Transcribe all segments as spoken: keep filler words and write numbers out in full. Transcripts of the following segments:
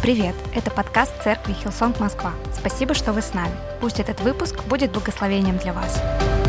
Привет! Это подкаст Церкви Хиллсонг Москва. Спасибо, что вы с нами. Пусть этот выпуск будет благословением для вас.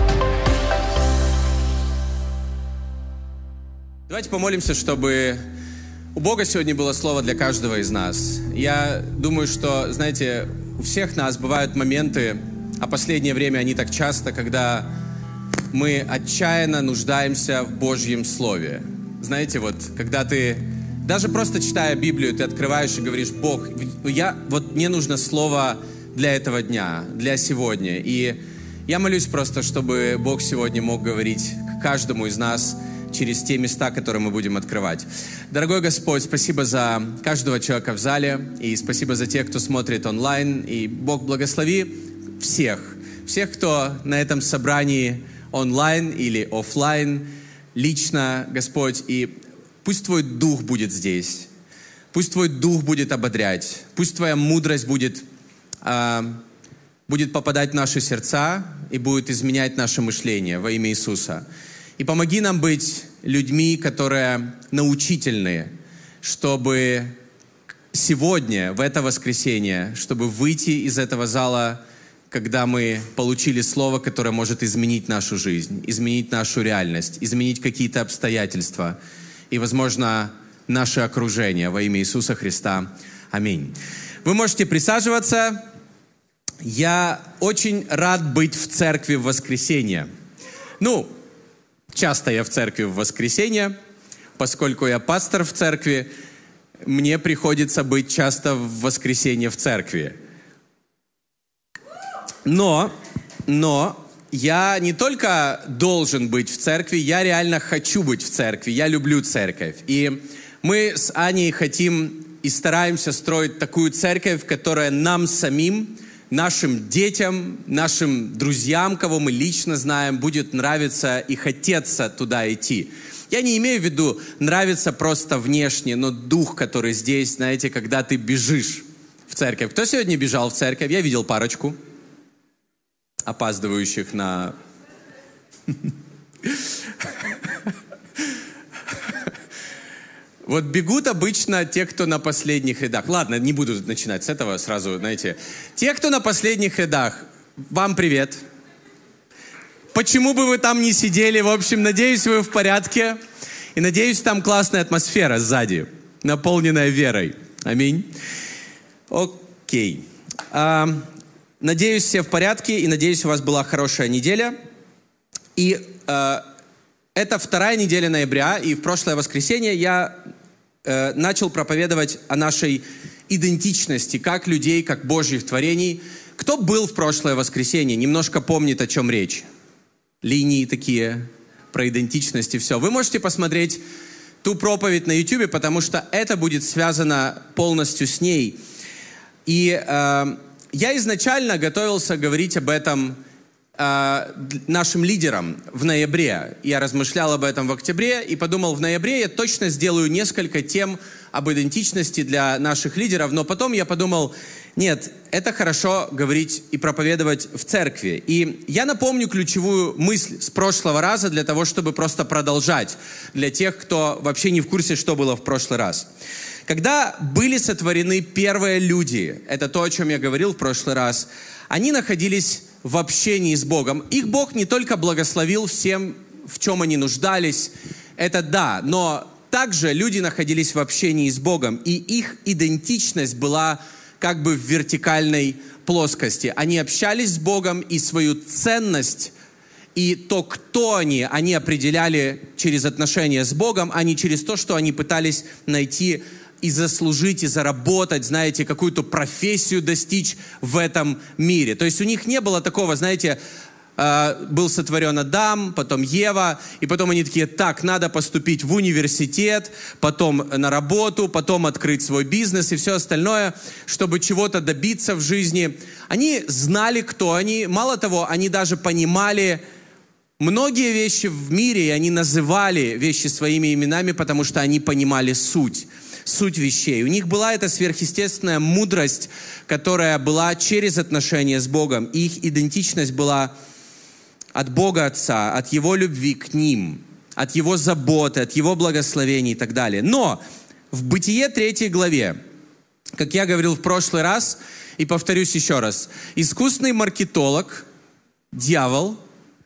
Давайте помолимся, чтобы у Бога сегодня было слово для каждого из нас. Я думаю, что, знаете, у всех нас бывают моменты, а последнее время они так часто, когда мы отчаянно нуждаемся в Божьем Слове. Знаете, вот, когда ты, даже просто читая Библию, ты открываешь и говоришь: Бог, я, вот мне нужно слово для этого дня, для сегодня. И я молюсь просто, чтобы Бог сегодня мог говорить к каждому из нас через те места, которые мы будем открывать. Дорогой Господь, спасибо за каждого человека в зале, и спасибо за тех, кто смотрит онлайн. И Бог, благослови всех, всех, кто на этом собрании онлайн или офлайн, лично, Господь, и пусть Твой Дух будет здесь, пусть Твой Дух будет ободрять, пусть Твоя мудрость будет, э, будет попадать в наши сердца и будет изменять наше мышление во имя Иисуса. И помоги нам быть людьми, которые научительные, чтобы сегодня, в это воскресенье, чтобы выйти из этого зала, когда мы получили слово, которое может изменить нашу жизнь, изменить нашу реальность, изменить какие-то обстоятельства и, возможно, наше окружение во имя Иисуса Христа. Аминь. Вы можете присаживаться. Я очень рад быть в церкви в воскресенье. Ну, часто я в церкви в воскресенье, поскольку я пастор в церкви, мне приходится быть часто в воскресенье в церкви. Но, но я не только должен быть в церкви, я реально хочу быть в церкви, я люблю церковь. И мы с Аней хотим и стараемся строить такую церковь, которая нам самим, нашим детям, нашим друзьям, кого мы лично знаем, будет нравиться и хотеться туда идти. Я не имею в виду нравится просто внешне, но дух, который здесь, знаете, когда ты бежишь в церковь. Кто сегодня бежал в церковь? Я видел парочку опаздывающих на... Вот бегут обычно те, кто на последних рядах. Ладно, не буду начинать с этого сразу, знаете. Те, кто на последних рядах, вам привет. Почему бы вы там не сидели? В общем, надеюсь, вы в порядке. И надеюсь, там классная атмосфера сзади, наполненная верой. Аминь. Окей. А, надеюсь, все в порядке, и надеюсь, у вас была хорошая неделя. И а, это вторая неделя ноября, и в прошлое воскресенье я э, начал проповедовать о нашей идентичности, как людей, как Божьих творений. Кто был в прошлое воскресенье, немножко помнит, о чем речь. Линии такие про идентичность и все. Вы можете посмотреть ту проповедь на YouTube, потому что это будет связано полностью с ней. И э, я изначально готовился говорить об этом нашим лидерам в ноябре. Я размышлял об этом в октябре и подумал, в ноябре я точно сделаю несколько тем об идентичности для наших лидеров, но потом я подумал, нет, это хорошо говорить и проповедовать в церкви. И я напомню ключевую мысль с прошлого раза для того, чтобы просто продолжать для тех, кто вообще не в курсе, что было в прошлый раз. Когда были сотворены первые люди, это то, о чем я говорил в прошлый раз, они находились в общении с Богом. Их Бог не только благословил всем, в чем они нуждались, это да, но также люди находились в общении с Богом, и их идентичность была как бы в вертикальной плоскости. Они общались с Богом, и свою ценность, и то, кто они, они определяли через отношения с Богом, а не через то, что они пытались найти и заслужить, и заработать, знаете, какую-то профессию достичь в этом мире. То есть у них не было такого, знаете, э, был сотворен Адам, потом Ева, и потом они такие, так, надо поступить в университет, потом на работу, потом открыть свой бизнес и все остальное, чтобы чего-то добиться в жизни. Они знали, кто они. Мало того, они даже понимали многие вещи в мире, и они называли вещи своими именами, потому что они понимали суть. Суть вещей. У них была эта сверхъестественная мудрость, которая была через отношения с Богом. Их идентичность была от Бога Отца, от Его любви к ним, от Его заботы, от Его благословений и так далее. Но в Бытие третьей главе как я говорил в прошлый раз, и повторюсь еще раз, искусный маркетолог, дьявол,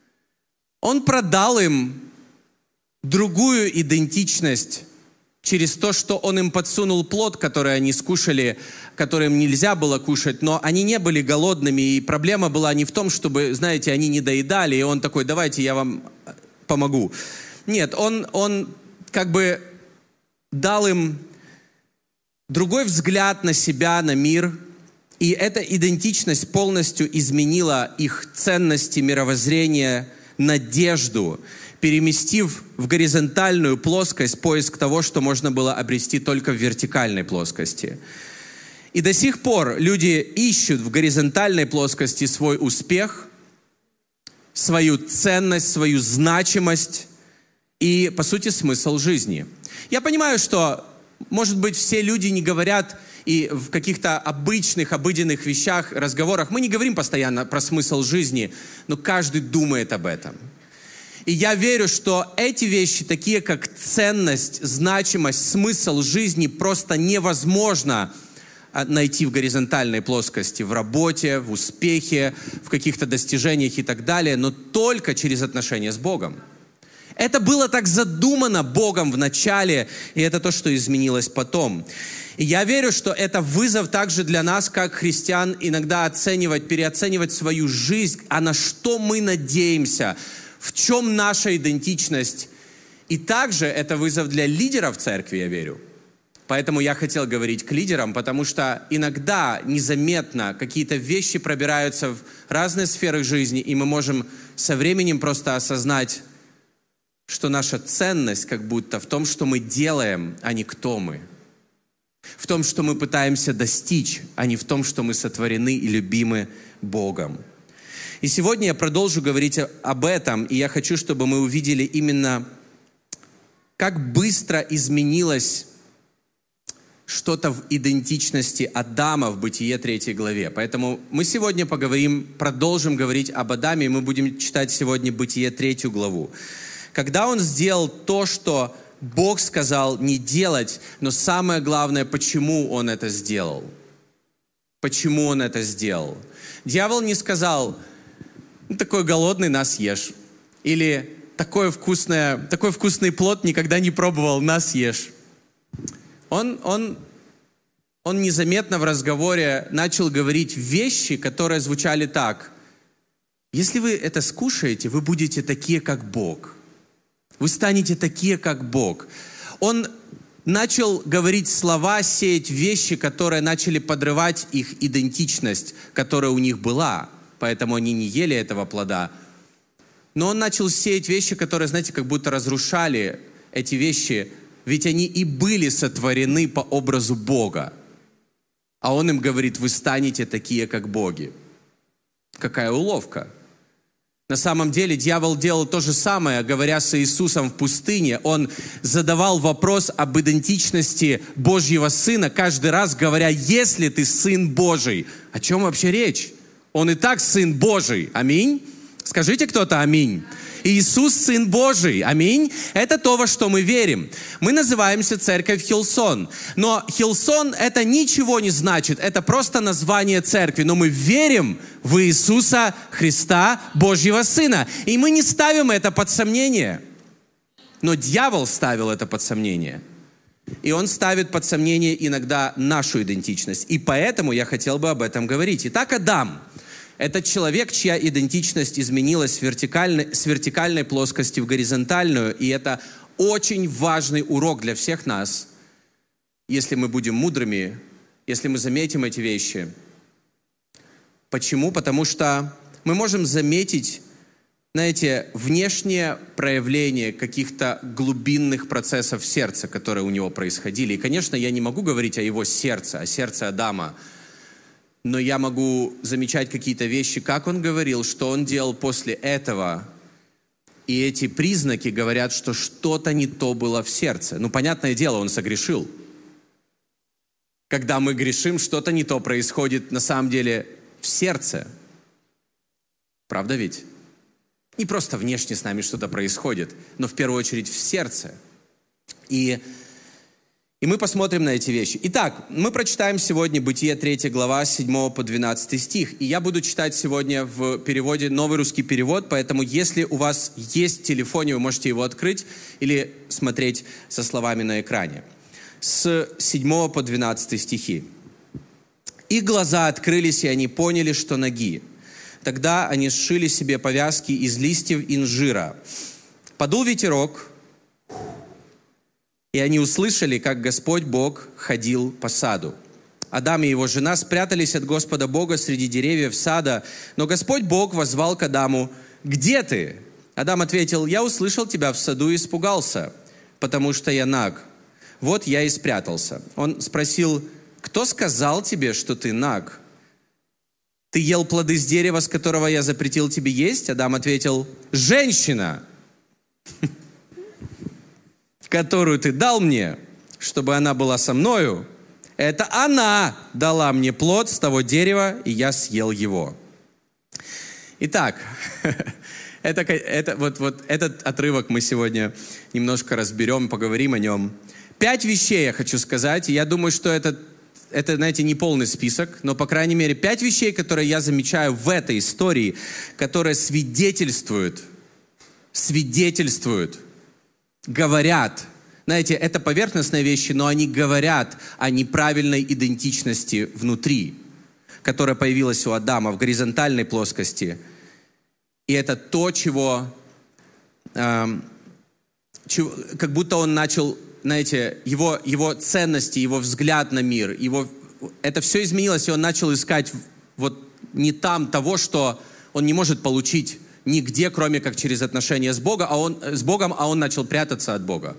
он продал им другую идентичность через то, что он им подсунул плод, который они скушали, который им нельзя было кушать, но они не были голодными, и проблема была не в том, чтобы, знаете, они не доедали, и он такой: давайте я вам помогу. Нет, он, он как бы дал им другой взгляд на себя, на мир, и эта идентичность полностью изменила их ценности, мировоззрение, надежду, переместив в горизонтальную плоскость поиск того, что можно было обрести только в вертикальной плоскости. И до сих пор люди ищут в горизонтальной плоскости свой успех, свою ценность, свою значимость и, по сути, смысл жизни. Я понимаю, что, может быть, все люди не говорят, и в каких-то обычных, обыденных вещах, разговорах, мы не говорим постоянно про смысл жизни, но каждый думает об этом. И я верю, что эти вещи, такие как ценность, значимость, смысл жизни, просто невозможно найти в горизонтальной плоскости, в работе, в успехе, в каких-то достижениях и так далее, но только через отношения с Богом. Это было так задумано Богом в начале, и это то, что изменилось потом. И я верю, что это вызов также для нас, как христиан, иногда оценивать, переоценивать свою жизнь, а на что мы надеемся, в чем наша идентичность. И также это вызов для лидеров церкви, я верю. Поэтому я хотел говорить к лидерам, потому что иногда незаметно какие-то вещи пробираются в разные сферы жизни, и мы можем со временем просто осознать, что наша ценность как будто в том, что мы делаем, а не кто мы. В том, что мы пытаемся достичь, а не в том, что мы сотворены и любимы Богом. И сегодня я продолжу говорить об этом, и я хочу, чтобы мы увидели именно, как быстро изменилось что-то в идентичности Адама в Бытие третьей главе. Поэтому мы сегодня поговорим, продолжим говорить об Адаме, и мы будем читать сегодня Бытие третью главу. Когда он сделал то, что Бог сказал не делать, но самое главное, почему он это сделал. Почему он это сделал. Дьявол не сказал: ну, такой голодный, на съешь. Или такой, вкусное, такой вкусный плод никогда не пробовал, на съешь. Он, он, он незаметно в разговоре начал говорить вещи, которые звучали так: если вы это скушаете, вы будете такие, как Бог. Вы станете такие, как Бог. Он начал говорить слова, сеять вещи, которые начали подрывать их идентичность, которая у них была. Поэтому они не ели этого плода. Но он начал сеять вещи, которые, знаете, как будто разрушали эти вещи, ведь они и были сотворены по образу Бога. А он им говорит: вы станете такие, как боги. Какая уловка. На самом деле дьявол делал то же самое, говоря с Иисусом в пустыне. Он задавал вопрос об идентичности Божьего Сына, каждый раз говоря: если ты Сын Божий. О чем вообще речь? Он и так Сын Божий. Аминь. Скажите кто-то аминь. Иисус Сын Божий. Аминь. Это то, во что мы верим. Мы называемся Церковь Хиллсон. Но Хиллсон это ничего не значит. Это просто название церкви. Но мы верим в Иисуса Христа, Божьего Сына. И мы не ставим это под сомнение. Но дьявол ставил это под сомнение. И он ставит под сомнение иногда нашу идентичность. И поэтому я хотел бы об этом говорить. Итак, Адам. Это человек, чья идентичность изменилась с вертикальной, с вертикальной плоскости в горизонтальную. И это очень важный урок для всех нас, если мы будем мудрыми, если мы заметим эти вещи. Почему? Потому что мы можем заметить, знаете, внешнее проявление каких-то глубинных процессов в сердце, которые у него происходили. И, конечно, я не могу говорить о его сердце, о сердце Адама. Но я могу замечать какие-то вещи, как он говорил, что он делал после этого. И эти признаки говорят, что что-то не то было в сердце. Ну, понятное дело, он согрешил. Когда мы грешим, что-то не то происходит на самом деле в сердце. Правда ведь? Не просто внешне с нами что-то происходит, но в первую очередь в сердце. И И мы посмотрим на эти вещи. Итак, мы прочитаем сегодня Бытие третья глава, с седьмого по двенадцатый стих. И я буду читать сегодня в переводе «Новый русский перевод», поэтому если у вас есть в телефоне, вы можете его открыть или смотреть со словами на экране. С седьмого по двенадцатый стихи. «Их глаза открылись, и они поняли, что ноги. Тогда они сшили себе повязки из листьев инжира. Подул ветерок, и они услышали, как Господь Бог ходил по саду. Адам и его жена спрятались от Господа Бога среди деревьев сада, но Господь Бог воззвал к Адаму: «Где ты?» Адам ответил: «Я услышал тебя в саду и испугался, потому что я наг. Вот я и спрятался». Он спросил: «Кто сказал тебе, что ты наг? Ты ел плоды с дерева, с которого я запретил тебе есть?» Адам ответил: «Женщина, которую ты дал мне, чтобы она была со мною, это она дала мне плод с того дерева, и я съел его». Итак, это, это, вот, вот этот отрывок мы сегодня немножко разберем, поговорим о нем. Пять вещей я хочу сказать, и я думаю, что это, это, знаете, не полный список, но, по крайней мере, пять вещей, которые я замечаю в этой истории, которые свидетельствуют, свидетельствуют, говорят, знаете, это поверхностные вещи, но они говорят о неправильной идентичности внутри, которая появилась у Адама в горизонтальной плоскости. И это то, чего, э, чего как будто он начал, знаете, его, его ценности, его взгляд на мир, его, это все изменилось, и он начал искать вот не там того, что он не может получить нигде, кроме как через отношения с Богом, а он, с Богом, а он начал прятаться от Бога.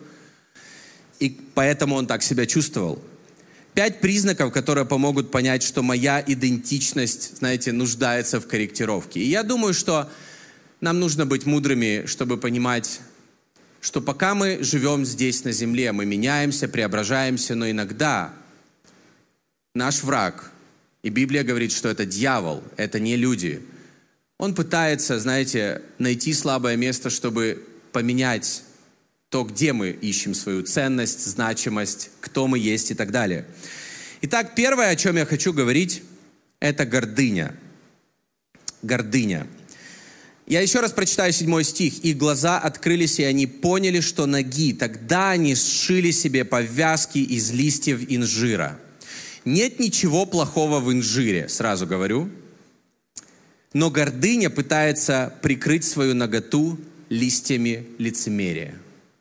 И поэтому он так себя чувствовал. Пять признаков, которые помогут понять, что моя идентичность, знаете, нуждается в корректировке. И я думаю, что нам нужно быть мудрыми, чтобы понимать, что пока мы живем здесь на земле, мы меняемся, преображаемся, но иногда наш враг, и Библия говорит, что это дьявол, это не люди, он пытается, знаете, найти слабое место, чтобы поменять то, где мы ищем свою ценность, значимость, кто мы есть и так далее. Итак, первое, о чем я хочу говорить, это гордыня. Гордыня. Я еще раз прочитаю седьмой стих. «Их глаза открылись, и они поняли, что ноги. Тогда они сшили себе повязки из листьев инжира». Нет ничего плохого в инжире, сразу говорю. Но гордыня пытается прикрыть свою наготу листьями лицемерия.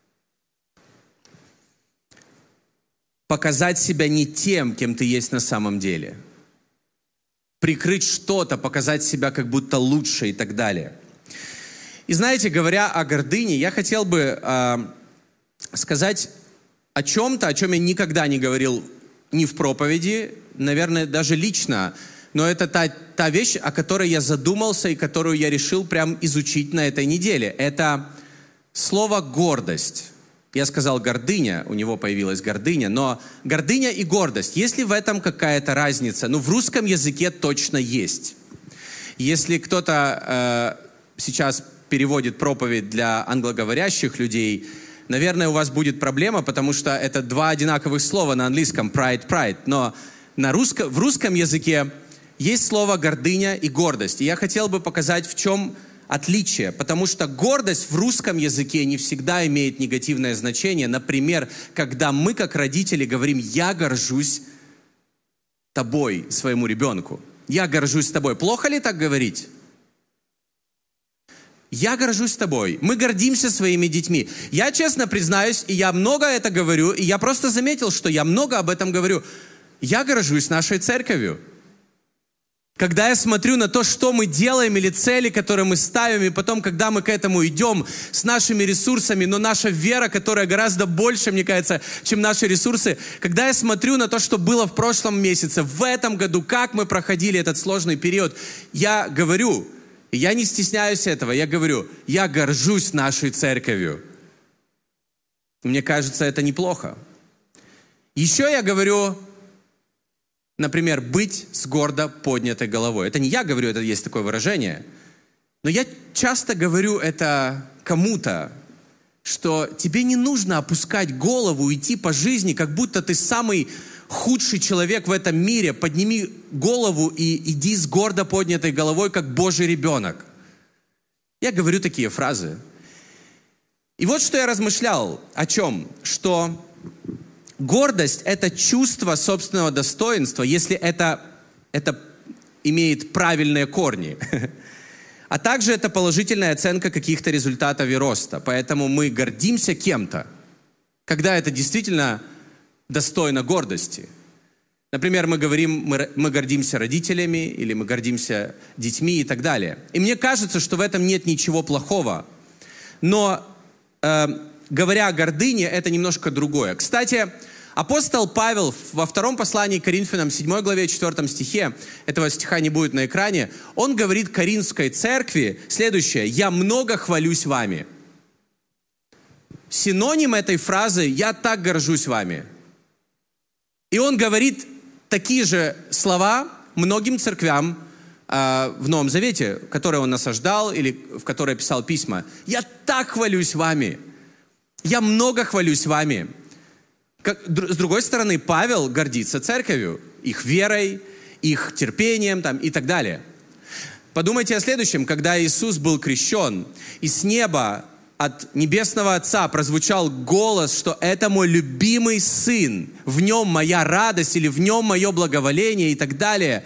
Показать себя не тем, кем ты есть на самом деле. Прикрыть что-то, показать себя как будто лучше и так далее. И знаете, говоря о гордыне, я хотел бы э, сказать о чем-то, о чем я никогда не говорил ни в проповеди, наверное, даже лично. Но это та, та вещь, о которой я задумался и которую я решил прям изучить на этой неделе. Это слово «гордость». Я сказал «гордыня», у него появилась гордыня, но гордыня и гордость, есть ли в этом какая-то разница? Ну, в русском языке точно есть. Если кто-то э, сейчас переводит проповедь для англоговорящих людей, наверное, у вас будет проблема, потому что это два одинаковых слова на английском «pride», «pride», но на русско, в русском языке есть слово «гордыня» и «гордость». И я хотел бы показать, в чем отличие, потому что гордость в русском языке не всегда имеет негативное значение. Например, когда мы, как родители, говорим «я горжусь тобой», своему ребенку. «Я горжусь тобой». Плохо ли так говорить? «Я горжусь тобой». Мы гордимся своими детьми. Я честно признаюсь, и я много это говорю, и я просто заметил, что я много об этом говорю. Я горжусь нашей церковью. Когда я смотрю на то, что мы делаем, или цели, которые мы ставим, и потом, когда мы к этому идем с нашими ресурсами, но наша вера, которая гораздо больше, мне кажется, чем наши ресурсы, когда я смотрю на то, что было в прошлом месяце, в этом году, как мы проходили этот сложный период, я говорю, я не стесняюсь этого, я говорю, я горжусь нашей церковью. Мне кажется, это неплохо. Еще я говорю... Например, быть с гордо поднятой головой. Это не я говорю, это есть такое выражение. Но я часто говорю это кому-то. что тебе не нужно опускать голову, идти по жизни, как будто ты самый худший человек в этом мире. Подними голову и иди с гордо поднятой головой, как Божий ребенок. Я говорю такие фразы. И вот что я размышлял, о чем? Что гордость – это чувство собственного достоинства, если это, это имеет правильные корни. А также это положительная оценка каких-то результатов и роста. Поэтому мы гордимся кем-то, когда это действительно достойно гордости. Например, мы говорим, мы, мы гордимся родителями, или мы гордимся детьми и так далее. И мне кажется, что в этом нет ничего плохого. Но, э, говоря о гордыне, это немножко другое. Кстати, апостол Павел во втором послании к Коринфянам, седьмой главе, четвёртом стихе, этого стиха не будет на экране, он говорит Коринфской церкви следующее: «Я много хвалюсь вами». Синоним этой фразы «я так горжусь вами». И он говорит такие же слова многим церквям э, в Новом Завете, которые он насаждал или в которые писал письма. «Я так хвалюсь вами». «Я много хвалюсь вами». Как, с другой стороны, Павел гордится церковью, их верой, их терпением там, и так далее. Подумайте о следующем. Когда Иисус был крещен, и с неба от Небесного Отца прозвучал голос, что это мой любимый Сын, в нем моя радость или в нем мое благоволение и так далее.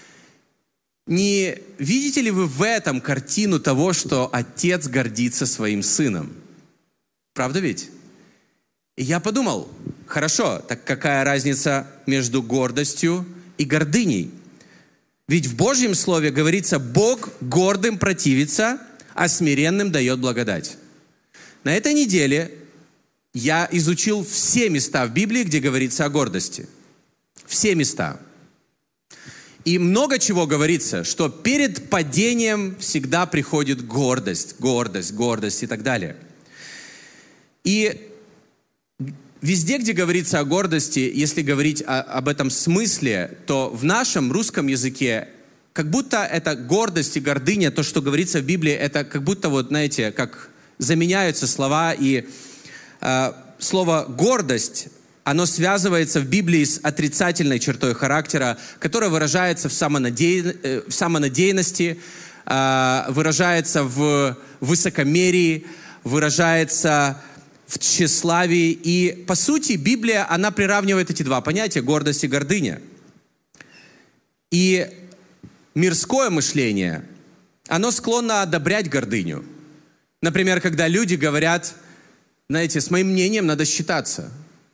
Не видите ли вы в этом картину того, что Отец гордится своим Сыном? Правда ведь? И я подумал, хорошо, так какая разница между гордостью и гордыней? Ведь в Божьем Слове говорится: Бог гордым противится, а смиренным дает благодать. На этой неделе я изучил все места в Библии, где говорится о гордости. Все места. И много чего говорится, что перед падением всегда приходит гордость, гордость, гордость и так далее. И везде, где говорится о гордости, если говорить о, об этом смысле, то в нашем русском языке как будто это гордость и гордыня, то, что говорится в Библии, это как будто, вот знаете, как заменяются слова, и э, слово «гордость», оно связывается в Библии с отрицательной чертой характера, которая выражается в, самонадей... э, в самонадеянности, э, выражается в высокомерии, выражается в тщеславии. И, по сути, Библия, она приравнивает эти два понятия – гордость и гордыня. И мирское мышление, оно склонно одобрять гордыню. Например, когда люди говорят: знаете, с моим мнением надо считаться.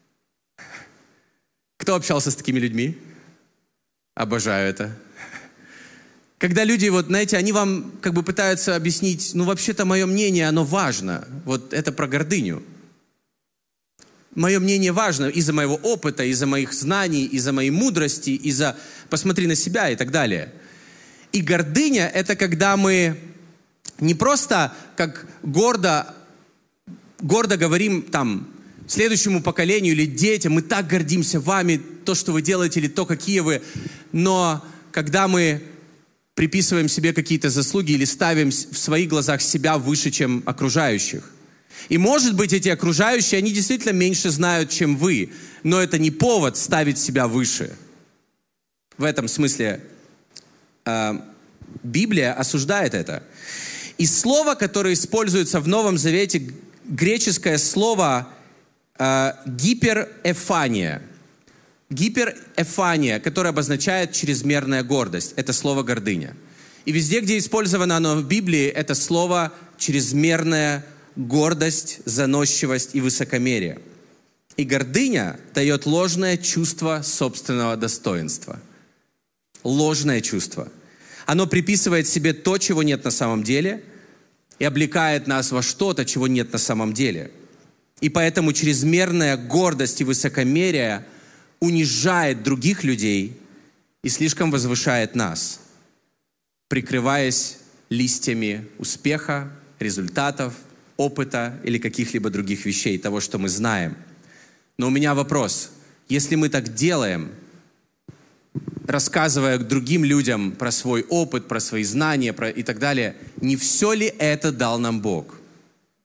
Кто общался с такими людьми? Обожаю это. Когда люди, вот, знаете, они вам как бы пытаются объяснить: ну, вообще-то мое мнение, оно важно. Вот это про гордыню. Мое мнение важно из-за моего опыта, из-за моих знаний, из-за моей мудрости, из-за «посмотри на себя» и так далее. И гордыня – это когда мы не просто как гордо, гордо говорим там следующему поколению или детям: мы так гордимся вами, то, что вы делаете, или то, какие вы. Но когда мы приписываем себе какие-то заслуги или ставим в своих глазах себя выше, чем окружающих. И, может быть, эти окружающие, они действительно меньше знают, чем вы, но это не повод ставить себя выше. В этом смысле э, Библия осуждает это. И слово, которое используется в Новом Завете, греческое слово э, гиперэфания. Гиперэфания, которое обозначает чрезмерная гордость. Это слово гордыня. И везде, где использовано оно в Библии, это слово чрезмерная гордость, заносчивость и высокомерие. И гордыня дает ложное чувство собственного достоинства. Ложное чувство. Оно приписывает себе то, чего нет на самом деле, и облекает нас во что-то, чего нет на самом деле. И поэтому чрезмерная гордость и высокомерие унижает других людей и слишком возвышает нас, прикрываясь листьями успеха, результатов, опыта или каких-либо других вещей, того, что мы знаем. Но у меня вопрос. Если мы так делаем, рассказывая другим людям про свой опыт, про свои знания про и так далее, не все ли это дал нам Бог?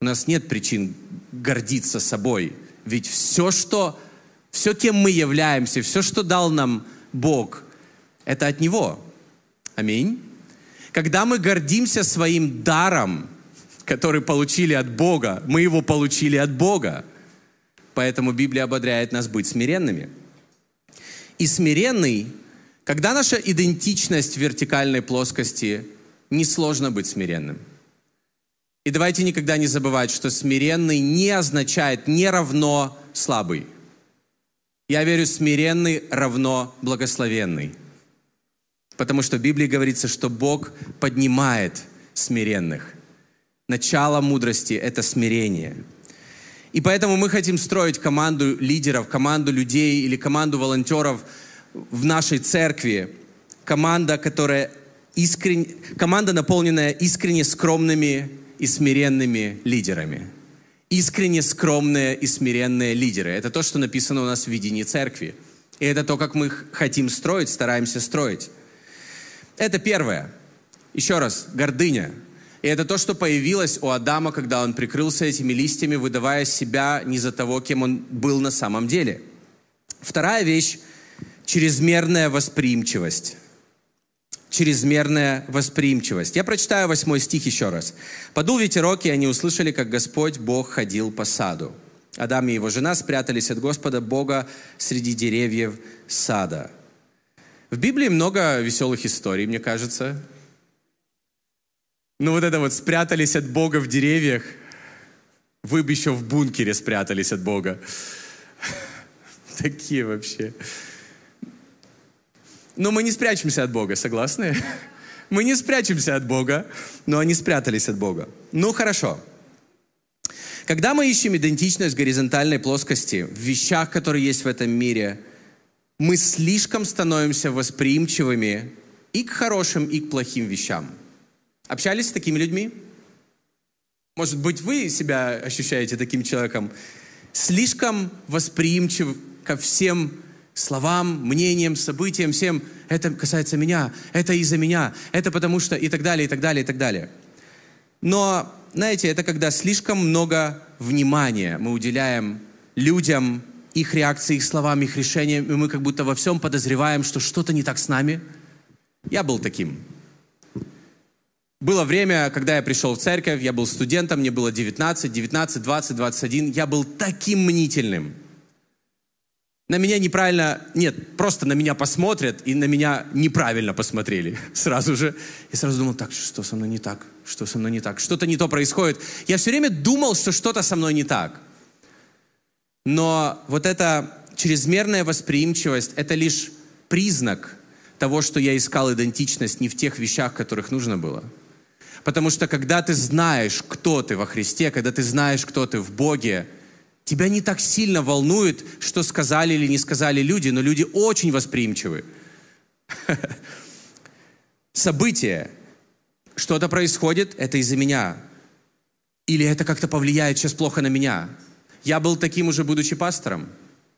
У нас нет причин гордиться собой. Ведь все, что, все, кем мы являемся, все, что дал нам Бог, это от Него. Аминь. Когда мы гордимся своим даром, который получили от Бога, мы его получили от Бога. Поэтому Библия ободряет нас быть смиренными. И смиренный, когда наша идентичность в вертикальной плоскости, несложно быть смиренным. И давайте никогда не забывать, что смиренный не означает не равно слабый. Я верю, смиренный равно благословенный. Потому что в Библии говорится, что Бог поднимает смиренных. Начало мудрости – это смирение. И поэтому мы хотим строить команду лидеров, команду людей или команду волонтеров в нашей церкви. Команда, которая искренне, команда, наполненная искренне скромными и смиренными лидерами. Искренне скромные и смиренные лидеры. Это то, что написано у нас в видении церкви. И это то, как мы хотим строить, стараемся строить. Это первое. Еще раз, гордыня. И это то, что появилось у Адама, когда он прикрылся этими листьями, выдавая себя не за того, кем он был на самом деле. Вторая вещь – чрезмерная восприимчивость. Чрезмерная восприимчивость. Я прочитаю восьмой стих еще раз. «Подул ветерок, и они услышали, как Господь Бог ходил по саду. Адам и его жена спрятались от Господа Бога среди деревьев сада». В Библии много веселых историй, мне кажется. Ну вот это вот спрятались от Бога в деревьях. Вы бы еще в бункере спрятались от Бога. Такие вообще. Но мы не спрячемся от Бога, согласны? Мы не спрячемся от Бога, но они спрятались от Бога. Ну хорошо. Когда мы ищем идентичность в горизонтальной плоскости, в вещах, которые есть в этом мире, мы слишком становимся восприимчивыми и к хорошим, и к плохим вещам. Общались с такими людьми? Может быть, вы себя ощущаете таким человеком? Слишком восприимчив ко всем словам, мнениям, событиям, всем. Это касается меня, это из-за меня, это потому что и так далее, и так далее, и так далее. Но, знаете, это когда слишком много внимания мы уделяем людям, их реакции, их словам, их решениям, и мы как будто во всем подозреваем, что что-то не так с нами. Я был таким. Было время, когда я пришел в церковь, я был студентом, мне было девятнадцать, девятнадцать, двадцать, двадцать один. Я был таким мнительным. На меня неправильно, нет, просто на меня посмотрят, и на меня неправильно посмотрели сразу же. Я сразу думал, так, что со мной не так, что со мной не так, что-то не то происходит. Я все время думал, что что-то со мной не так. Но вот эта чрезмерная восприимчивость, это лишь признак того, что я искал идентичность не в тех вещах, которых нужно было. Потому что когда ты знаешь, кто ты во Христе, когда ты знаешь, кто ты в Боге, тебя не так сильно волнует, что сказали или не сказали люди, но люди очень восприимчивы. Событие, что-то происходит, это из-за меня. Или это как-то повлияет сейчас плохо на меня. Я был таким уже, будучи пастором.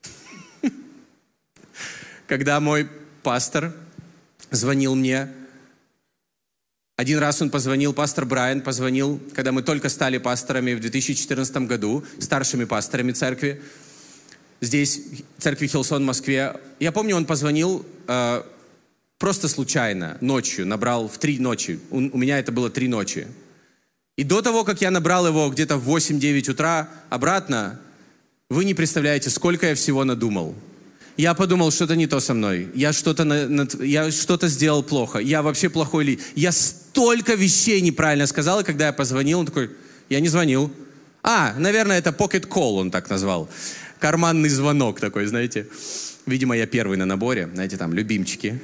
Когда мой пастор звонил мне, один раз он позвонил, пастор Брайан позвонил, когда мы только стали пасторами в две тысячи четырнадцатом году, старшими пасторами церкви, здесь, в церкви Хиллсон в Москве. Я помню, он позвонил э, просто случайно, ночью, набрал в три ночи. У, у меня это было три ночи. И до того, как я набрал его где-то в восемь-девять утра обратно, вы не представляете, сколько я всего надумал. Я подумал, что-то не то со мной. Я что-то, на, на, я что-то сделал плохо. Я вообще плохой ли? Я столько вещей неправильно сказал, и когда я позвонил, он такой, я не звонил. А, наверное, это pocket call он так назвал. Карманный звонок такой, знаете. Видимо, я первый на наборе. Знаете, там, любимчики.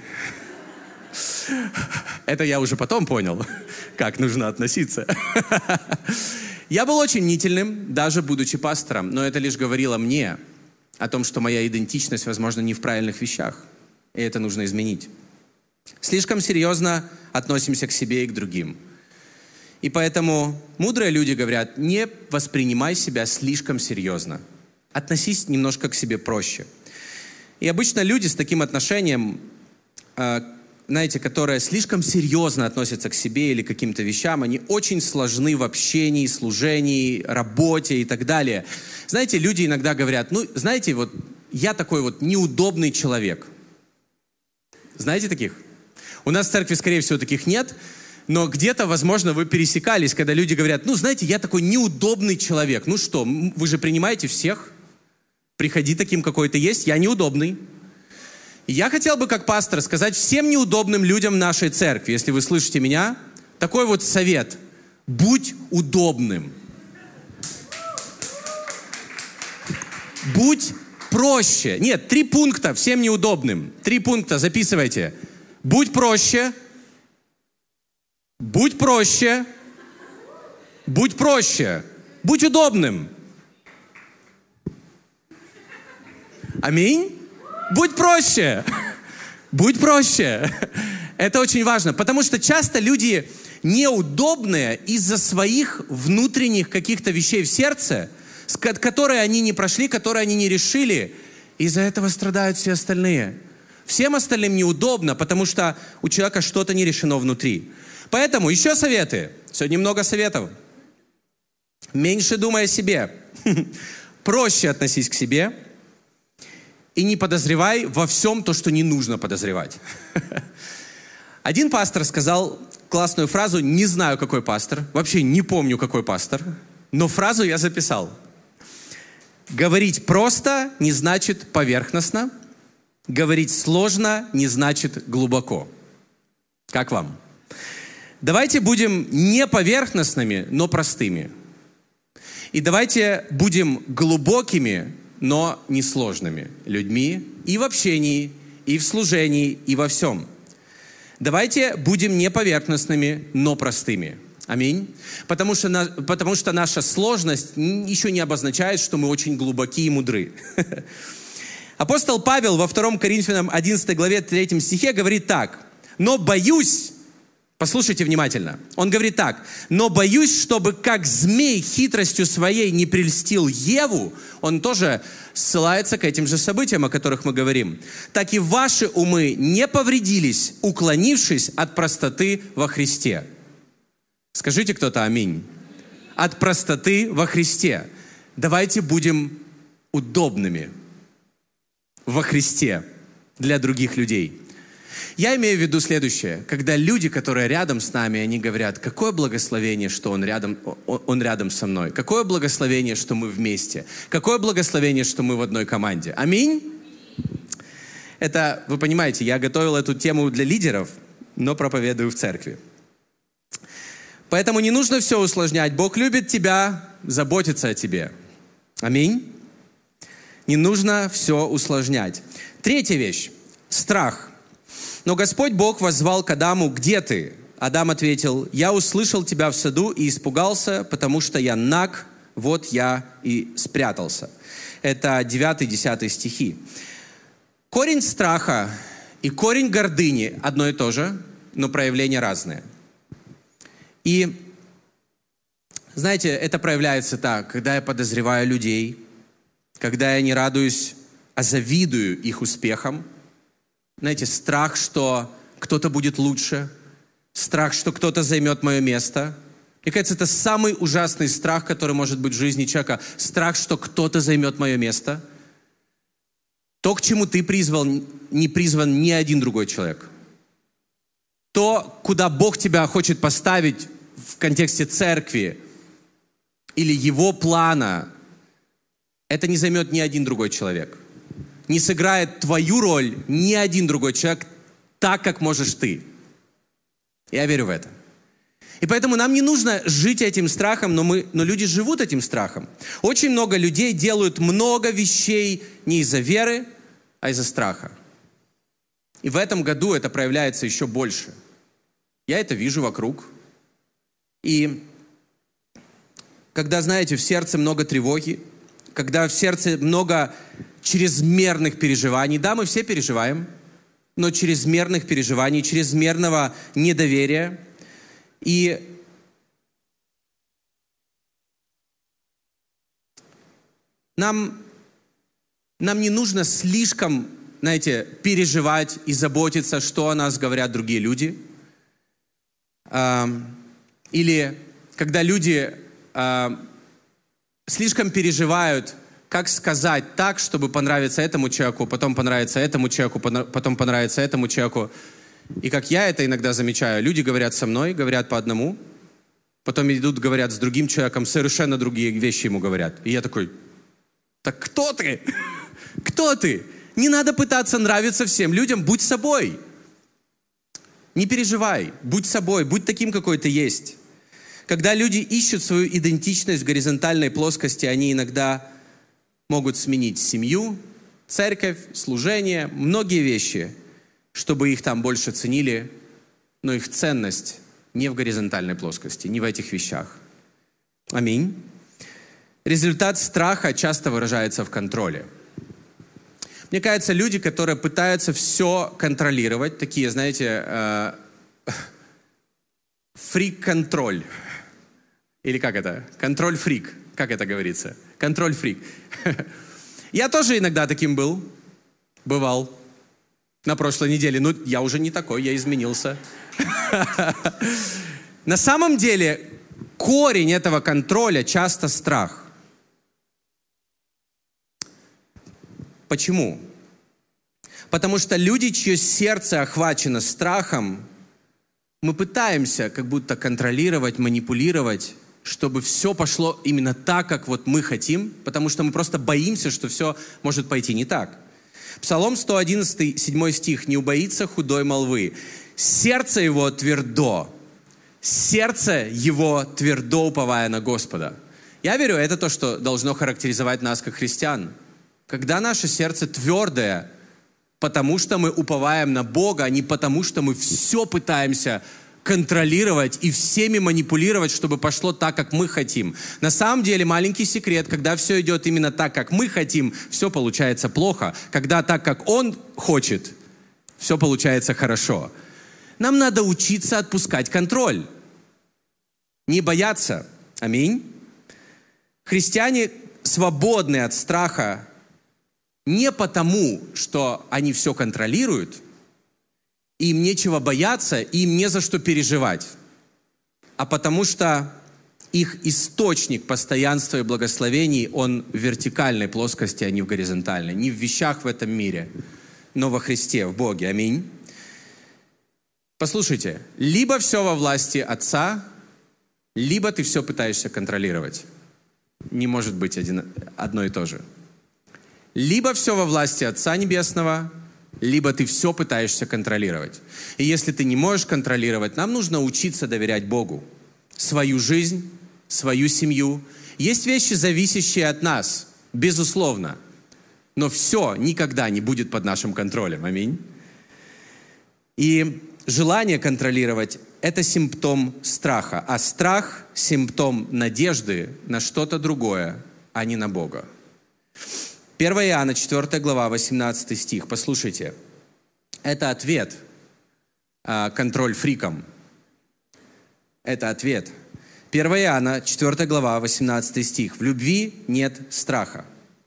Это я уже потом понял, как нужно относиться. Я был очень мнительным, даже будучи пастором, но это лишь говорило мне о том, что моя идентичность, возможно, не в правильных вещах, и это нужно изменить. Слишком серьезно относимся к себе и к другим. И поэтому мудрые люди говорят, не воспринимай себя слишком серьезно. Относись немножко к себе проще. И обычно люди с таким отношением, знаете, которые слишком серьезно относятся к себе или к каким-то вещам, они очень сложны в общении, служении, работе и так далее. Знаете, люди иногда говорят, ну, знаете, вот я такой вот неудобный человек. Знаете таких? У нас в церкви, скорее всего, таких нет, но где-то, возможно, вы пересекались, когда люди говорят, ну, знаете, я такой неудобный человек. Ну что, вы же принимаете всех? Приходи таким, какой ты есть, я неудобный. Я хотел бы, как пастор, сказать всем неудобным людям нашей церкви, если вы слышите меня, такой вот совет. Будь удобным. Будь проще. Нет, три пункта всем неудобным. Три пункта, записывайте. Будь проще. Будь проще. Будь проще. Будь удобным. Аминь. Будь проще. Будь проще. Это очень важно, потому что часто люди неудобные из-за своих внутренних каких-то вещей в сердце, которые они не прошли, которые они не решили. Из-за этого страдают все остальные. Всем остальным неудобно, потому что у человека что-то не решено внутри. Поэтому еще советы. Сегодня много советов. Меньше думай о себе. Проще относись к себе. И не подозревай во всем то, что не нужно подозревать. Один пастор сказал классную фразу, не знаю, какой пастор, вообще не помню, какой пастор, но фразу я записал. Говорить просто не значит поверхностно, говорить сложно не значит глубоко. Как вам? Давайте будем не поверхностными, но простыми. И давайте будем глубокими, но несложными людьми и в общении, и в служении, и во всем. Давайте будем не поверхностными, но простыми. Аминь. Потому что, на, потому что наша сложность еще не обозначает, что мы очень глубоки и мудры. Апостол Павел во втором Коринфянам одиннадцатой главе третьем стихе говорит так. «Но боюсь...» Послушайте внимательно. Он говорит так. «Но боюсь, чтобы как змей хитростью своей не прельстил Еву», он тоже ссылается к этим же событиям, о которых мы говорим, «так и ваши умы не повредились, уклонившись от простоты во Христе». Скажите кто-то аминь. От простоты во Христе. Давайте будем удобными во Христе для других людей. Я имею в виду следующее. Когда люди, которые рядом с нами, они говорят, какое благословение, что он рядом, он рядом со мной. Какое благословение, что мы вместе. Какое благословение, что мы в одной команде. Аминь. Это, вы понимаете, я готовил эту тему для лидеров, но проповедую в церкви. Поэтому не нужно все усложнять. Бог любит тебя, заботится о тебе. Аминь. Не нужно все усложнять. Третья вещь. Страх. Но Господь Бог воззвал к Адаму: «Где ты?» Адам ответил: «Я услышал тебя в саду и испугался, потому что я наг, вот я и спрятался». Это девятый-десятый стихи. Корень страха и корень гордыни одно и то же, но проявления разные. И, знаете, это проявляется так, когда я подозреваю людей, когда я не радуюсь, а завидую их успехам. Знаете, страх, что кто-то будет лучше, страх, что кто-то займет мое место. Мне кажется, это самый ужасный страх, который может быть в жизни человека. Страх, что кто-то займет мое место. То, к чему ты призван, не призван ни один другой человек. То, куда Бог тебя хочет поставить в контексте церкви или Его плана, это не займет ни один другой человек. Не сыграет твою роль ни один другой человек так, как можешь ты. Я верю в это. И поэтому нам не нужно жить этим страхом, но, мы, но люди живут этим страхом. Очень много людей делают много вещей не из-за веры, а из-за страха. И в этом году это проявляется еще больше. Я это вижу вокруг. И когда, знаете, в сердце много тревоги, когда в сердце много чрезмерных переживаний, да, мы все переживаем, но чрезмерных переживаний, чрезмерного недоверия. И нам, нам не нужно слишком знаете, переживать и заботиться, что о нас говорят другие люди. Или когда люди слишком переживают, как сказать так, чтобы понравиться этому человеку, потом понравиться этому человеку, потом понравиться этому человеку. И как я это иногда замечаю, люди говорят со мной, говорят по одному, потом идут, говорят с другим человеком, совершенно другие вещи ему говорят. И я такой, так кто ты? Кто ты? Не надо пытаться нравиться всем людям, будь собой. Не переживай, будь собой, будь таким, какой ты есть. Когда люди ищут свою идентичность в горизонтальной плоскости, они иногда могут сменить семью, церковь, служение, многие вещи, чтобы их там больше ценили, но их ценность не в горизонтальной плоскости, не в этих вещах. Аминь. Результат страха часто выражается в контроле. Мне кажется, люди, которые пытаются все контролировать, такие, знаете, э, фрик-контроль. Или как это? Контроль-фрик. Как это говорится? Контроль-фрик. Я тоже иногда таким был. Бывал. На прошлой неделе. Ну, я уже не такой, я изменился. На самом деле, корень этого контроля часто страх. Почему? Потому что люди, чье сердце охвачено страхом, мы пытаемся как будто контролировать, манипулировать, чтобы все пошло именно так, как вот мы хотим, потому что мы просто боимся, что все может пойти не так. Псалом сто одиннадцать, седьмой стих. «Не убоится худой молвы. Сердце его твердо. Сердце его твердо, уповая на Господа». Я верю, это то, что должно характеризовать нас как христиан. Когда наше сердце твердое, потому что мы уповаем на Бога, а не потому что мы все пытаемся контролировать и всеми манипулировать, чтобы пошло так, как мы хотим. На самом деле маленький секрет, когда все идет именно так, как мы хотим, все получается плохо. Когда так, как Он хочет, все получается хорошо. Нам надо учиться отпускать контроль. Не бояться. Аминь. Христиане свободны от страха не потому, что они все контролируют, им нечего бояться, им не за что переживать, а потому что их источник постоянства и благословений, он в вертикальной плоскости, а не в горизонтальной. Не в вещах в этом мире, но во Христе, в Боге. Аминь. Послушайте, либо все во власти Отца, либо ты все пытаешься контролировать. Не может быть один, одно и то же. Либо все во власти Отца Небесного, либо ты все пытаешься контролировать. И если ты не можешь контролировать, нам нужно учиться доверять Богу. Свою жизнь, свою семью. Есть вещи, зависящие от нас, безусловно. Но все никогда не будет под нашим контролем. Аминь. И желание контролировать – это симптом страха. А страх – симптом надежды на что-то другое, а не на Бога. первое Иоанна, четвёртая глава, восемнадцатый стих. Послушайте. Это ответ а, контроль фрикам. Это ответ. первое Иоанна, четвёртая глава, восемнадцатый стих. «В любви нет страха,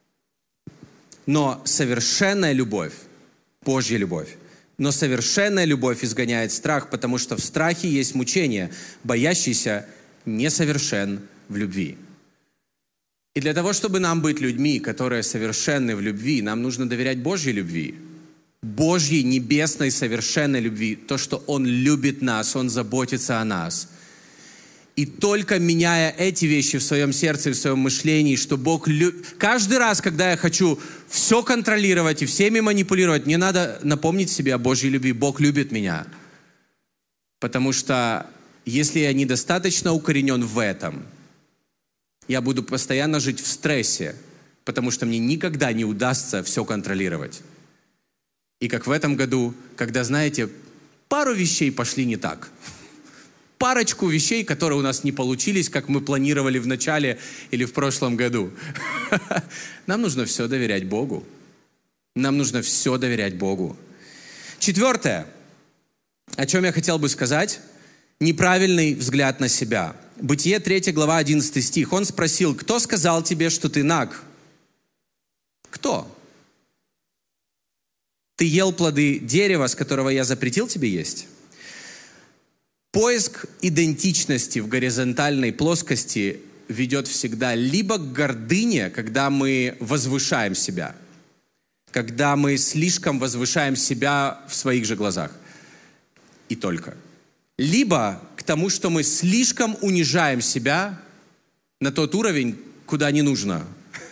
но совершенная любовь, Божья любовь, но совершенная любовь изгоняет страх, потому что в страхе есть мучение, боящийся несовершен в любви». И для того, чтобы нам быть людьми, которые совершенны в любви, нам нужно доверять Божьей любви. Божьей небесной совершенной любви. То, что Он любит нас, Он заботится о нас. И только меняя эти вещи в своем сердце и в своем мышлении, что Бог любит... Каждый раз, когда я хочу все контролировать и всеми манипулировать, мне надо напомнить себе о Божьей любви. Бог любит меня. Потому что если я недостаточно укоренен в этом, я буду постоянно жить в стрессе, потому что мне никогда не удастся все контролировать. И как в этом году, когда, знаете, пару вещей пошли не так. Парочку вещей, которые у нас не получились, как мы планировали в начале или в прошлом году. Нам нужно все доверять Богу. Нам нужно все доверять Богу. Четвертое, о чем я хотел бы сказать, неправильный взгляд на себя. Бытие третья глава, одиннадцатый стих. Он спросил: кто сказал тебе, что ты наг? Кто? Ты ел плоды дерева, с которого я запретил тебе есть? Поиск идентичности в горизонтальной плоскости ведет всегда либо к гордыне, когда мы возвышаем себя, когда мы слишком возвышаем себя в своих же глазах, и только. Либо к тому, что мы слишком унижаем себя на тот уровень, куда не нужно.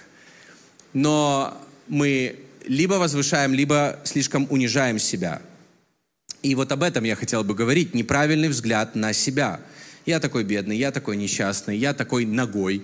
Но мы либо возвышаем, либо слишком унижаем себя. И вот об этом я хотел бы говорить. Неправильный взгляд на себя. Я такой бедный, я такой несчастный, я такой нагой.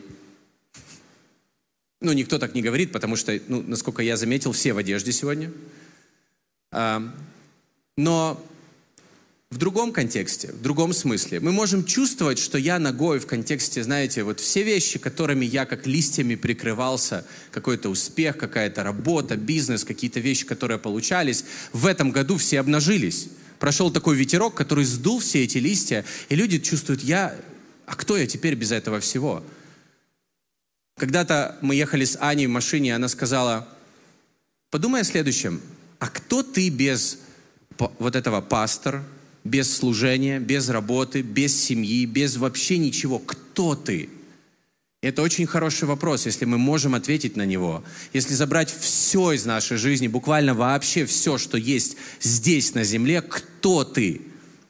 Ну, никто так не говорит, потому что, ну, насколько я заметил, все в одежде сегодня. А, но в другом контексте, в другом смысле. Мы можем чувствовать, что я нагой в контексте, знаете, вот все вещи, которыми я как листьями прикрывался, какой-то успех, какая-то работа, бизнес, какие-то вещи, которые получались, в этом году все обнажились. Прошел такой ветерок, который сдул все эти листья, и люди чувствуют, я, а кто я теперь без этого всего? Когда-то мы ехали с Аней в машине, и она сказала, подумай о следующем, а кто ты без вот этого пастора, без служения, без работы, без семьи, без вообще ничего? Кто ты? Это очень хороший вопрос, если мы можем ответить на него. Если забрать все из нашей жизни, буквально вообще все, что есть здесь на земле, кто ты?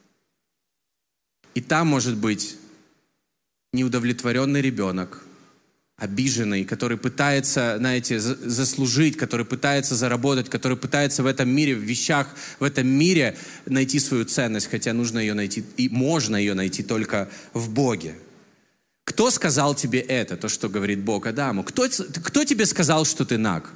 И там может быть неудовлетворенный ребенок, обиженный, который пытается, знаете, заслужить, который пытается заработать, который пытается в этом мире, в вещах, в этом мире найти свою ценность, хотя нужно ее найти, и можно ее найти только в Боге. Кто сказал тебе это, то, что говорит Бог Адаму? Кто, кто тебе сказал, что ты наг?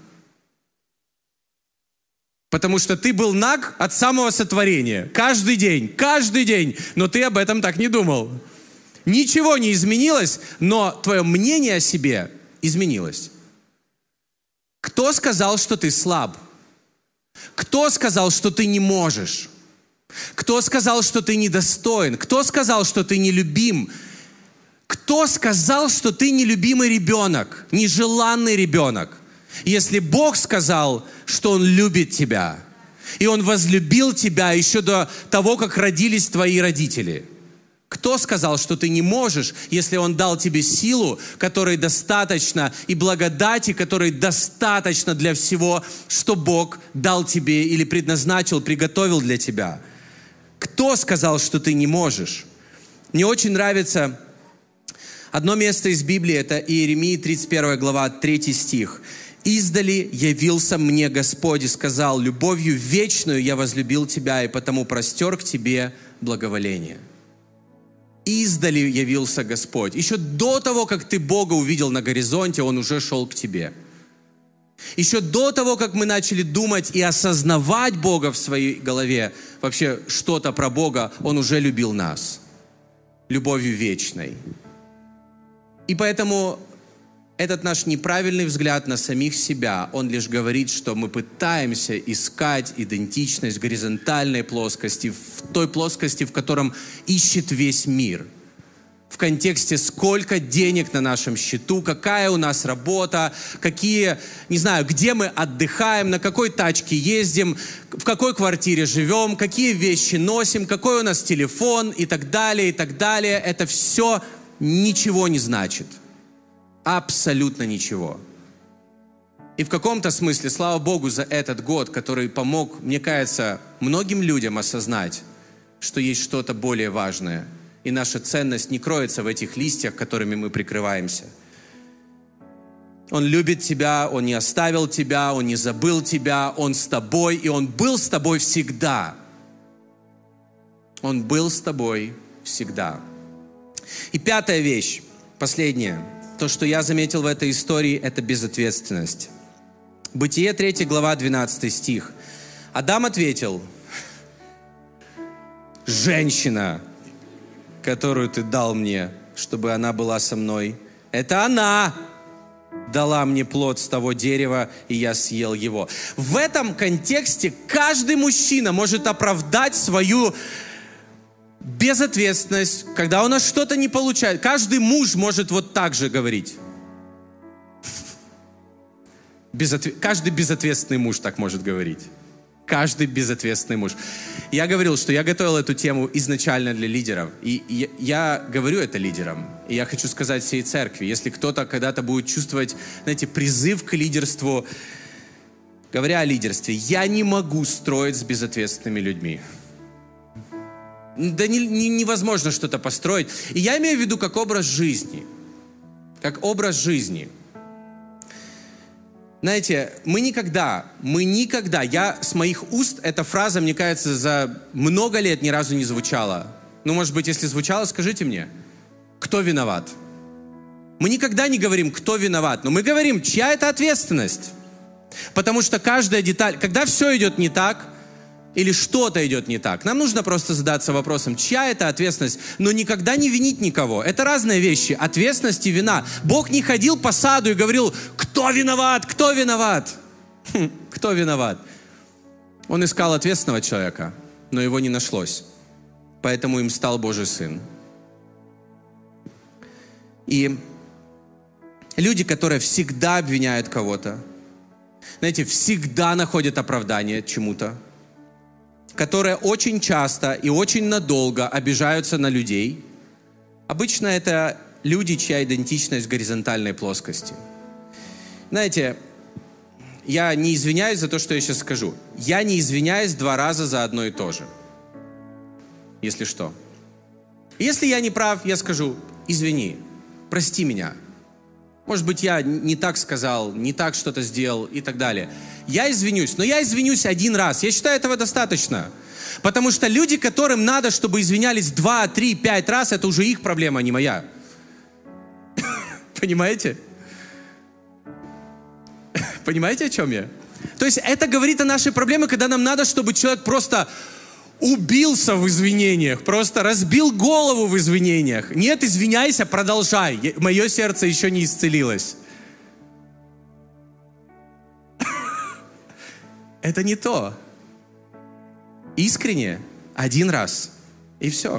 Потому что ты был наг от самого сотворения. Каждый день, каждый день. Но ты об этом так не думал. Ничего не изменилось, но твое мнение о себе изменилось. Кто сказал, что ты слаб? Кто сказал, что ты не можешь? Кто сказал, что ты недостоин? Кто сказал, что ты нелюбим? Кто сказал, что ты нелюбимый ребенок, нежеланный ребенок? Если Бог сказал, что Он любит тебя, и Он возлюбил тебя еще до того, как родились твои родители, кто сказал, что ты не можешь, если Он дал тебе силу, которой достаточно, и благодати, которой достаточно для всего, что Бог дал тебе или предназначил, приготовил для тебя? Кто сказал, что ты не можешь? Мне очень нравится одно место из Библии, это Иеремии тридцать первая глава, третий стих. «Издали явился мне Господь и сказал, любовью вечную я возлюбил тебя, и потому простер к тебе благоволение». Издали явился Господь. Еще до того, как ты Бога увидел на горизонте, Он уже шел к тебе. Еще до того, как мы начали думать и осознавать Бога в своей голове, вообще что-то про Бога, Он уже любил нас. Любовью вечной. И поэтому этот наш неправильный взгляд на самих себя, он лишь говорит, что мы пытаемся искать идентичность в горизонтальной плоскости, в той плоскости, в котором ищет весь мир. В контексте, сколько денег на нашем счету, какая у нас работа, какие, не знаю, где мы отдыхаем, на какой тачке ездим, в какой квартире живем, какие вещи носим, какой у нас телефон и так далее, и так далее. Это все ничего не значит. Абсолютно ничего. И в каком-то смысле, слава Богу за этот год, который помог, мне кажется, многим людям осознать, что есть что-то более важное. И наша ценность не кроется в этих листьях, которыми мы прикрываемся. Он любит тебя, Он не оставил тебя, Он не забыл тебя, Он с тобой, и Он был с тобой всегда. Он был с тобой всегда. И пятая вещь, последняя. То, что я заметил в этой истории, это безответственность. Бытие третья глава, двенадцатый стих. Адам ответил: «Женщина, которую ты дал мне, чтобы она была со мной, это она дала мне плод с того дерева, и я съел его». В этом контексте каждый мужчина может оправдать свою безответственность, когда у нас что-то не получается. Каждый муж может вот так же говорить. Безотве... Каждый безответственный муж так может говорить. Каждый безответственный муж. Я говорил, что я готовил эту тему изначально для лидеров. И я, я говорю это лидерам. И я хочу сказать всей церкви, если кто-то когда-то будет чувствовать, знаете, призыв к лидерству, говоря о лидерстве, я не могу строить с безответственными людьми. Да не, не, невозможно что-то построить. И я имею в виду как образ жизни. Как образ жизни. Знаете, мы никогда, мы никогда, я с моих уст, эта фраза, мне кажется, за много лет ни разу не звучала. Ну, может быть, если звучала, скажите мне, кто виноват? Мы никогда не говорим, кто виноват, но мы говорим, чья это ответственность. Потому что каждая деталь, когда все идет не так, или что-то идет не так, нам нужно просто задаться вопросом, чья это ответственность, но никогда не винить никого. Это разные вещи, ответственность и вина. Бог не ходил по саду и говорил, кто виноват, кто виноват? Хм, кто виноват? Он искал ответственного человека, но его не нашлось. Поэтому им стал Божий Сын. И люди, которые всегда обвиняют кого-то, знаете, всегда находят оправдание чему-то, которые очень часто и очень надолго обижаются на людей. Обычно это люди, чья идентичность в горизонтальной плоскости. Знаете, я не извиняюсь за то, что я сейчас скажу. Я не извиняюсь два раза за одно и то же. Если что. Если я не прав, я скажу, извини, прости меня. Может быть, я не так сказал, не так что-то сделал и так далее. Я извинюсь, но я извинюсь один раз. Я считаю, этого достаточно. Потому что люди, которым надо, чтобы извинялись два, три, пять раз, это уже их проблема, а не моя. Понимаете? Понимаете, о чем я? То есть это говорит о нашей проблеме, когда нам надо, чтобы человек просто убился в извинениях, просто разбил голову в извинениях. Нет, извиняйся, продолжай. Мое сердце еще не исцелилось. Это не то. Искренне, один раз, и все.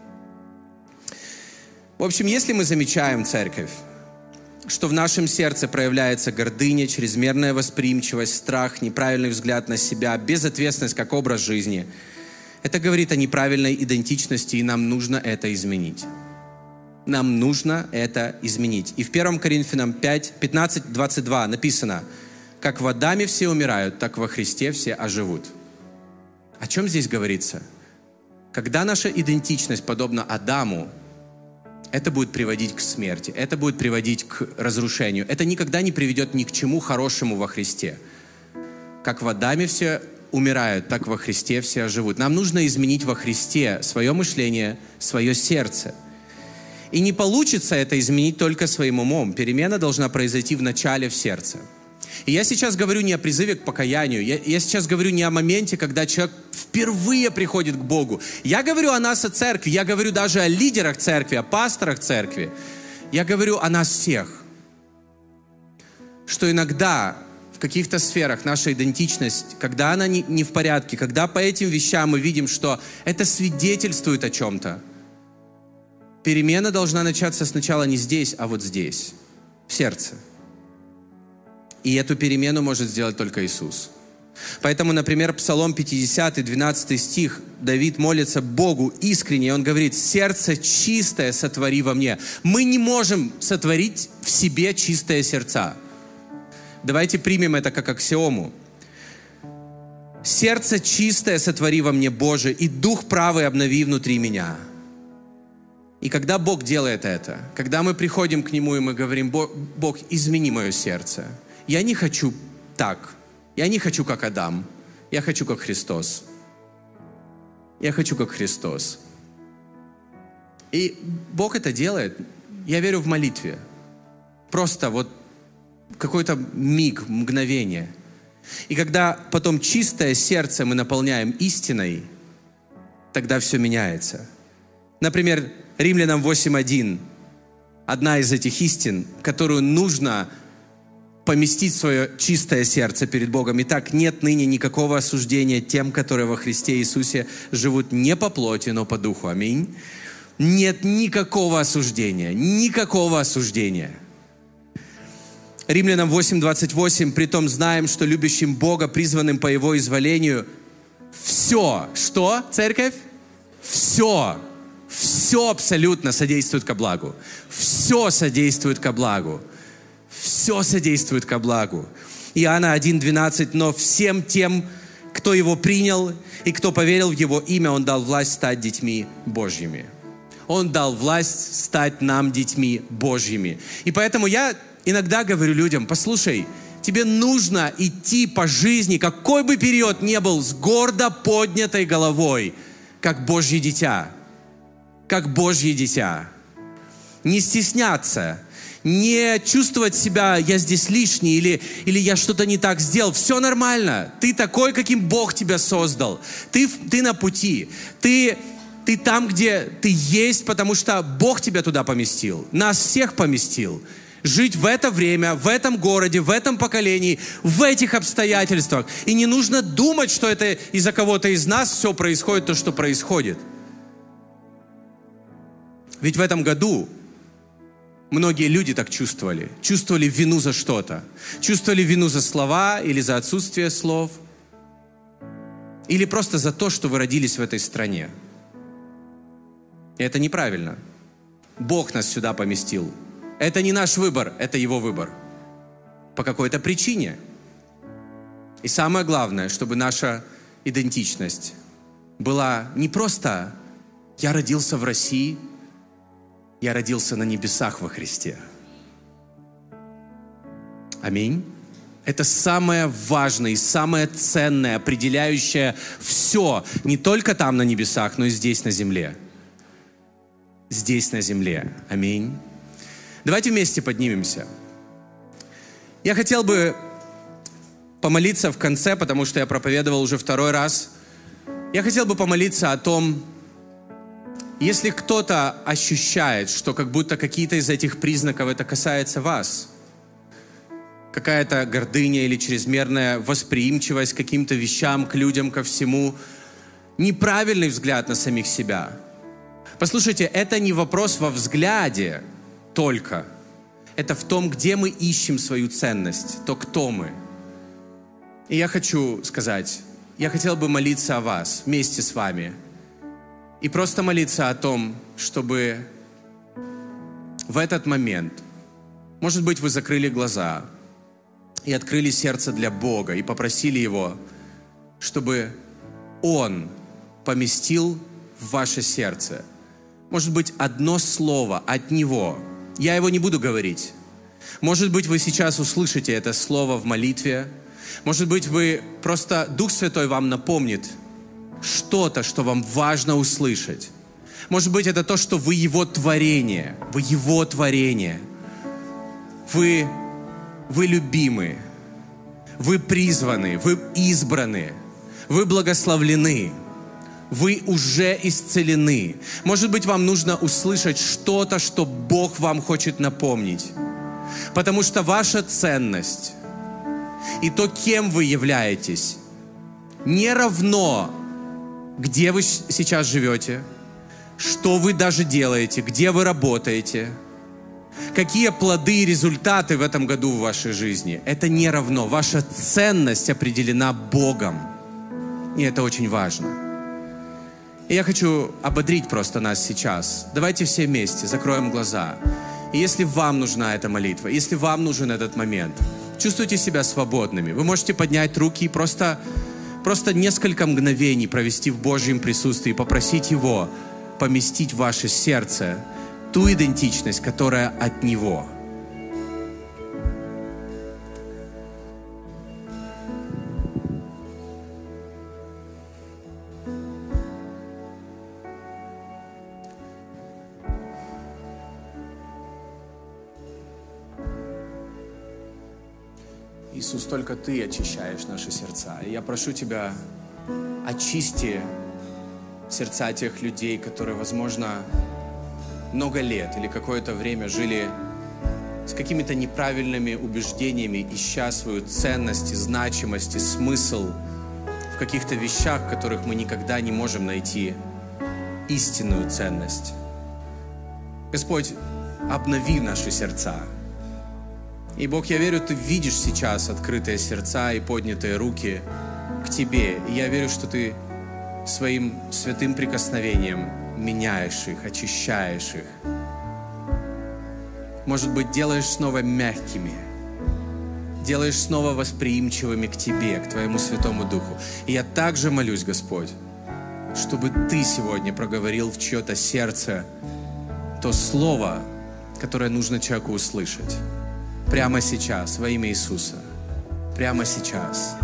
В общем, если мы замечаем, церковь, что в нашем сердце проявляется гордыня, чрезмерная восприимчивость, страх, неправильный взгляд на себя, безответственность как образ жизни, это говорит о неправильной идентичности, и нам нужно это изменить. Нам нужно это изменить. И в первом Коринфянам пять, пятнадцать, двадцать два написано, «Как в Адаме все умирают, так во Христе все оживут». О чем здесь говорится? Когда наша идентичность подобна Адаму, это будет приводить к смерти, это будет приводить к разрушению. Это никогда не приведет ни к чему хорошему во Христе. Как в Адаме все умирают, так во Христе все оживут. Нам нужно изменить во Христе свое мышление, свое сердце. И не получится это изменить только своим умом. Перемена должна произойти вначале в сердце. И я сейчас говорю не о призыве к покаянию. Я, я сейчас говорю не о моменте, когда человек впервые приходит к Богу. Я говорю о нас, о церкви. Я говорю даже о лидерах церкви, о пасторах церкви. Я говорю о нас всех. Что иногда в каких-то сферах наша идентичность, когда она не, не в порядке, когда по этим вещам мы видим, что это свидетельствует о чем-то, перемена должна начаться сначала не здесь, а вот здесь, в сердце. И эту перемену может сделать только Иисус. Поэтому, например, Псалом пятидесятый, двенадцатый стих, Давид молится Богу искренне, и он говорит, «Сердце чистое сотвори во мне». Мы не можем сотворить в себе чистые сердца. Давайте примем это как аксиому. «Сердце чистое сотвори во мне, Боже, и дух правый обнови внутри меня». И когда Бог делает это, когда мы приходим к Нему, и мы говорим, «Бог, измени мое сердце». Я не хочу так. Я не хочу, как Адам. Я хочу, как Христос. Я хочу, как Христос. И Бог это делает. Я верю в молитве. Просто вот какой-то миг, мгновение. И когда потом чистое сердце мы наполняем истиной, тогда все меняется. Например, Римлянам восемь один. Одна из этих истин, которую нужно поместить свое чистое сердце перед Богом. Итак, нет ныне никакого осуждения тем, которые во Христе Иисусе живут не по плоти, но по духу. Аминь. Нет никакого осуждения. Никакого осуждения. Римлянам восемь двадцать восемь, «Притом знаем, что любящим Бога, призванным по Его изволению, все». Что, церковь? Все. Все абсолютно содействует ко благу. Все содействует ко благу. Все содействует ко благу. Иоанна один двенадцать, «Но всем тем, кто Его принял и кто поверил в Его имя, Он дал власть стать детьми Божьими». Он дал власть стать нам детьми Божьими. И поэтому я иногда говорю людям: послушай, тебе нужно идти по жизни, какой бы период ни был, с гордо поднятой головой, как Божье дитя. Как Божье дитя. Не стесняться, не чувствовать себя: я здесь лишний, или, или я что-то не так сделал. Все нормально. Ты такой, каким Бог тебя создал. Ты, ты на пути. Ты, ты там, где ты есть, потому что Бог тебя туда поместил. Нас всех поместил. Жить в это время, в этом городе, в этом поколении, в этих обстоятельствах. И не нужно думать, что это из-за кого-то из нас все происходит, то, что происходит. Ведь в этом году многие люди так чувствовали. Чувствовали вину за что-то. Чувствовали вину за слова или за отсутствие слов. Или просто за то, что вы родились в этой стране. И это неправильно. Бог нас сюда поместил. Это не наш выбор, это Его выбор. По какой-то причине. И самое главное, чтобы наша идентичность была не просто «я родился в России», «я родился на небесах во Христе». Аминь. Это самое важное и самое ценное, определяющее все, не только там на небесах, но и здесь на земле. Здесь на земле. Аминь. Давайте вместе поднимемся. Я хотел бы помолиться в конце, потому что я проповедовал уже второй раз. Я хотел бы помолиться о том, если кто-то ощущает, что как будто какие-то из этих признаков это касается вас, какая-то гордыня или чрезмерная восприимчивость к каким-то вещам, к людям, ко всему, неправильный взгляд на самих себя. Послушайте, это не вопрос во взгляде только. Это в том, где мы ищем свою ценность, то, кто мы. И я хочу сказать, я хотел бы молиться о вас вместе с вами. И просто молиться о том, чтобы в этот момент, может быть, вы закрыли глаза и открыли сердце для Бога и попросили Его, чтобы Он поместил в ваше сердце, может быть, одно слово от Него. Я его не буду говорить. Может быть, вы сейчас услышите это слово в молитве. Может быть, вы просто, Дух Святой вам напомнит что-то, что вам важно услышать. Может быть, это то, что вы Его творение. Вы Его творение. Вы, вы любимы. Вы призваны. Вы избраны. Вы благословлены. Вы уже исцелены. Может быть, вам нужно услышать что-то, что Бог вам хочет напомнить. Потому что ваша ценность и то, кем вы являетесь, не равно, где вы сейчас живете, что вы даже делаете, где вы работаете, какие плоды и результаты в этом году в вашей жизни. Это не равно. Ваша ценность определена Богом. И это очень важно. И я хочу ободрить просто нас сейчас. Давайте все вместе закроем глаза. И если вам нужна эта молитва, если вам нужен этот момент, чувствуйте себя свободными. Вы можете поднять руки и просто, просто несколько мгновений провести в Божьем присутствии, попросить Его поместить в ваше сердце ту идентичность, которая от Него. Иисус, только Ты очищаешь наши сердца. И я прошу Тебя, очисти сердца тех людей, которые, возможно, много лет или какое-то время жили с какими-то неправильными убеждениями, ища свою ценность, и значимость и смысл в каких-то вещах, в которых мы никогда не можем найти истинную ценность. Господь, обнови наши сердца. И, Бог, я верю, Ты видишь сейчас открытые сердца и поднятые руки к Тебе. И я верю, что Ты своим святым прикосновением меняешь их, очищаешь их. Может быть, делаешь снова мягкими, делаешь снова восприимчивыми к Тебе, к Твоему Святому Духу. И я также молюсь, Господь, чтобы Ты сегодня проговорил в чье-то сердце то слово, которое нужно человеку услышать. Прямо сейчас, во имя Иисуса. Прямо сейчас.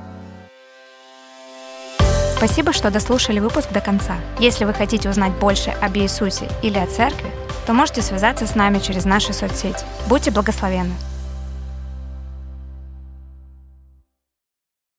Спасибо, что дослушали выпуск до конца. Если вы хотите узнать больше об Иисусе или о церкви, то можете связаться с нами через наши соцсети. Будьте благословенны!